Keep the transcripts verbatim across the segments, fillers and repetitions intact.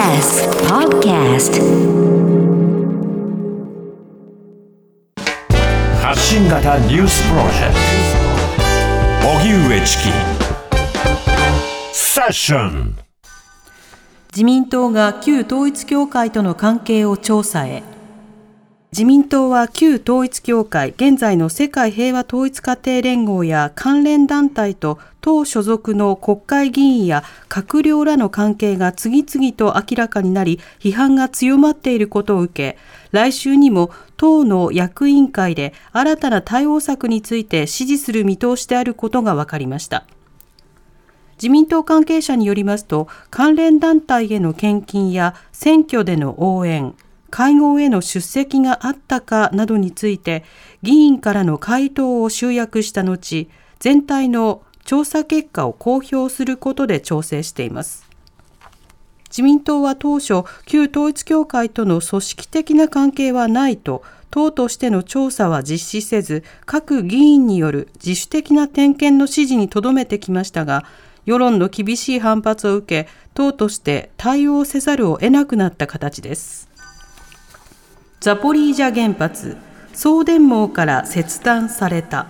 エス Podcast 発信型ニュースプロジェクト荻上チキセッション。 自民党が旧統一教会との関係を調査へ。自民党は旧統一教会、現在の世界平和統一家庭連合や関連団体と党所属の国会議員や閣僚らの関係が次々と明らかになり、批判が強まっていることを受け、来週にも党の役員会で新たな対応策について指示する見通しであることが分かりました。自民党関係者によりますと、関連団体への献金や選挙での応援、会合への出席があったかなどについて議員からの回答を集約した後、全体の調査結果を公表することで調整しています。自民党は当初、旧統一教会との組織的な関係はないと、党としての調査は実施せず、各議員による自主的な点検の指示にとどめてきましたが、世論の厳しい反発を受け、党として対応せざるを得なくなった形です。ザポリージャ原発、送電網から切断された。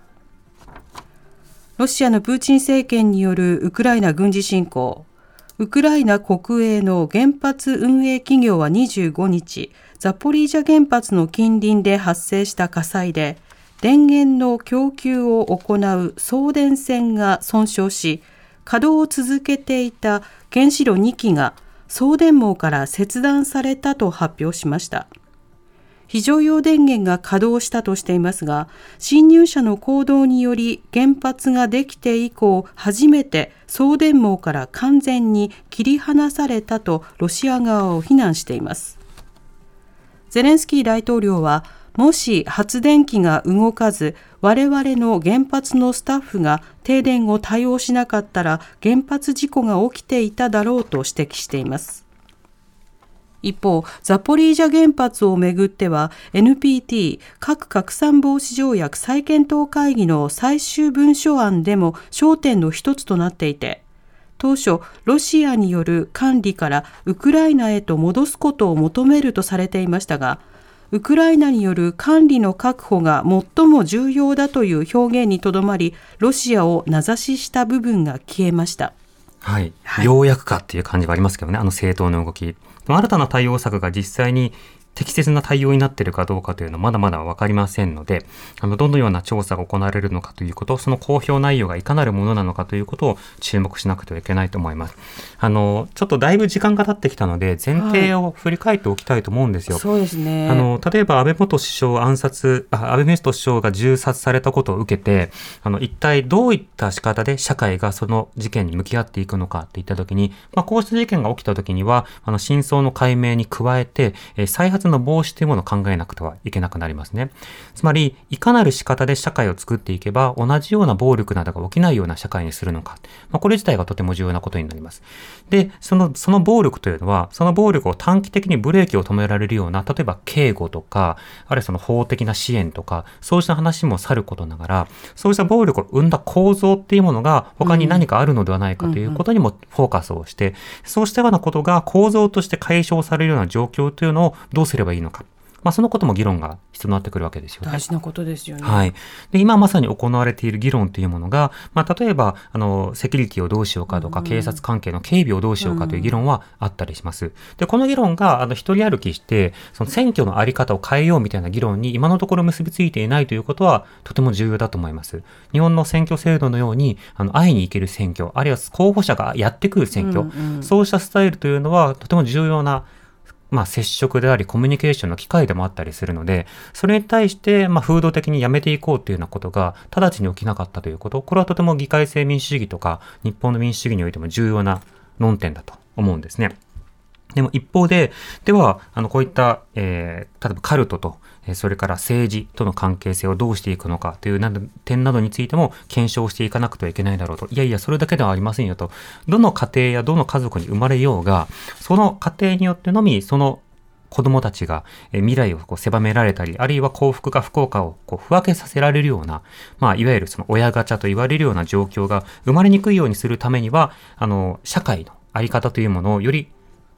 ロシアのプーチン政権によるウクライナ軍事侵攻。ウクライナ国営の原発運営企業はにじゅうごにち、ザポリージャ原発の近隣で発生した火災で、電源の供給を行う送電線が損傷し、稼働を続けていた原子炉にきが送電網から切断されたと発表しました。非常用電源が稼働したとしていますが、侵入者の行動により原発ができて以降初めて送電網から完全に切り離されたとロシア側を非難しています。ゼレンスキー大統領は、もし発電機が動かず、我々の原発のスタッフが停電を対応しなかったら原発事故が起きていただろうと指摘しています。一方、ザポリージャ原発をめぐっては エヌピーティー 核拡散防止条約再検討会議の最終文書案でも焦点の一つとなっていて、当初ロシアによる管理からウクライナへと戻すことを求めるとされていましたが、ウクライナによる管理の確保が最も重要だという表現にとどまり、ロシアを名指しした部分が消えました。 はい、はい、ようやくかっていう感じはありますけどね、あの政党の動き。新たな対応策が実際に適切な対応になっているかどうかというのはまだまだ分かりませんので、あのどのような調査が行われるのかということ、その公表内容がいかなるものなのかということを注目しなくてはいけないと思います。あのちょっとだいぶ時間が経ってきたので前提を振り返っておきたいと思うんですよ。 はい、そうですね。 あの例えば安倍元首相暗殺あ安倍元首相が銃殺されたことを受けて、あの一体どういった仕方で社会がその事件に向き合っていくのかっていったときに、まあ、こうした事件が起きたときにはあの真相の解明に加えて、えー、再発の防止というものを考えなくてはいけなくなりますね。つまりいかなる仕方で社会を作っていけば同じような暴力などが起きないような社会にするのか、まあ、これ自体がとても重要なことになります。で、そのその暴力というのは、その暴力を短期的にブレーキを止められるような、例えば警護とか、あるいはその法的な支援とか、そうした話もさることながら、そうした暴力を生んだ構造っていうものが他に何かあるのではないかということにもフォーカスをして、そうしたようなことが構造として解消されるような状況というのをどうすればいいのか。まあ、そのことも議論が必要になってくるわけですよね。 大事なことですよね。 はい。で、今まさに行われている議論というものが、まあ、例えば、あの、セキュリティをどうしようかとか、うん、警察関係の警備をどうしようかという議論はあったりします。で、この議論が、あの、一人歩きして、その選挙のあり方を変えようみたいな議論に今のところ結びついていないということは、とても重要だと思います。日本の選挙制度のように、あの、会いに行ける選挙、あるいは候補者がやってくる選挙、うんうん、そうしたスタイルというのは、とても重要なまあ、接触でありコミュニケーションの機会でもあったりするので、それに対してまあ風土的にやめていこうというようなことが直ちに起きなかったということ、これはとても議会制民主主義とか日本の民主主義においても重要な論点だと思うんですね。でも一方で、では、あの、こういった、えー、例えばカルトと、それから政治との関係性をどうしていくのかというなど点などについても検証していかなくてはいけないだろうと。いやいや、それだけではありませんよと。どの家庭やどの家族に生まれようが、その家庭によってのみ、その子供たちが未来をこう狭められたり、あるいは幸福か不幸かをこう不分けさせられるような、まあ、いわゆるその親ガチャと言われるような状況が生まれにくいようにするためには、あの、社会のあり方というものをより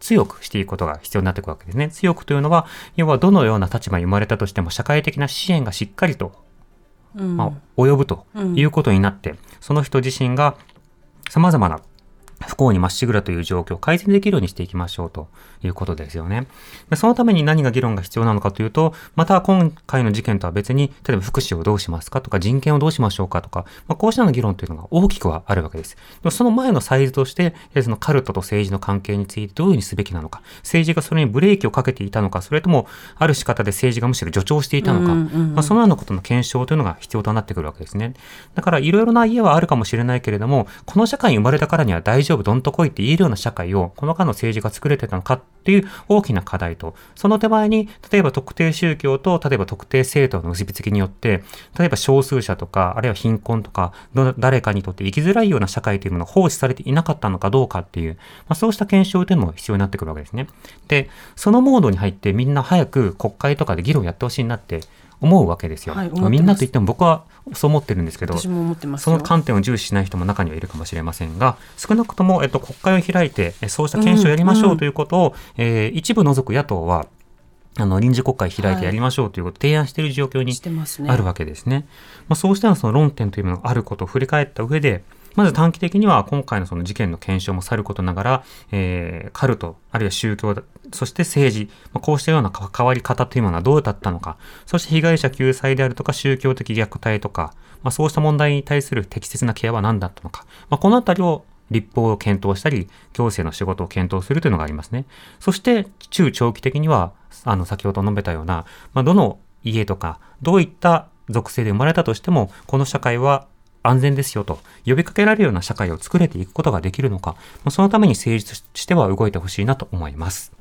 強くしていくことが必要になってくるわけですね。強くというのは、要はどのような立場に生まれたとしても社会的な支援がしっかりと、 うんまあ、及ぶということになって、うん、その人自身が様々な不幸にまっしぐらという状況を改善できるようにしていきましょうということですよね。でそのために何が議論が必要なのかというと、また今回の事件とは別に、例えば福祉をどうしますかとか人権をどうしましょうかとか、まあ、こうしたような議論というのが大きくはあるわけです。でもその前のサイズとして、そのカルトと政治の関係についてどういうふうにすべきなのか、政治がそれにブレーキをかけていたのか、それともある仕方で政治がむしろ助長していたのか、うんうんうんまあ、そのようなことの検証というのが必要となってくるわけですね。だからいろいろな家はあるかもしれないけれども、この社会に生まれたからには大丈夫、どんと来いって言えるような社会をこの間の政治が作れてたのかっていう大きな課題と、その手前に例えば特定宗教と例えば特定政党の結びつきによって、例えば少数者とかあるいは貧困とか誰かにとって生きづらいような社会というものが放置されていなかったのかどうかっていう、まあ、そうした検証というのも必要になってくるわけですね。で、そのモードに入ってみんな早く国会とかで議論やってほしいなって思うわけですよ、はい、みんなと言っても僕はそう思ってるんですけど、 私も思ってますよ。 その観点を重視しない人も中にはいるかもしれませんが、少なくとも、えっと、国会を開いてそうした検証をやりましょうということを、うんうんえー、一部除く野党はあの臨時国会開いてやりましょうということを提案している状況にあるわけですね。ねまあ、そうしたその論点というものがあることを振り返った上で、まず短期的には今回のその事件の検証もさることながら、えー、カルト、あるいは宗教、そして政治、まあ、こうしたような関わり方というものはどうだったのか、そして被害者救済であるとか宗教的虐待とか、まあ、そうした問題に対する適切なケアは何だったのか、まあ、このあたりを立法を検討したり、行政の仕事を検討するというのがありますね。そして中長期的には、あの先ほど述べたような、まあ、どの家とかどういった属性で生まれたとしても、この社会は安全ですよと呼びかけられるような社会を作れていくことができるのか、そのために政治としては動いてほしいなと思います。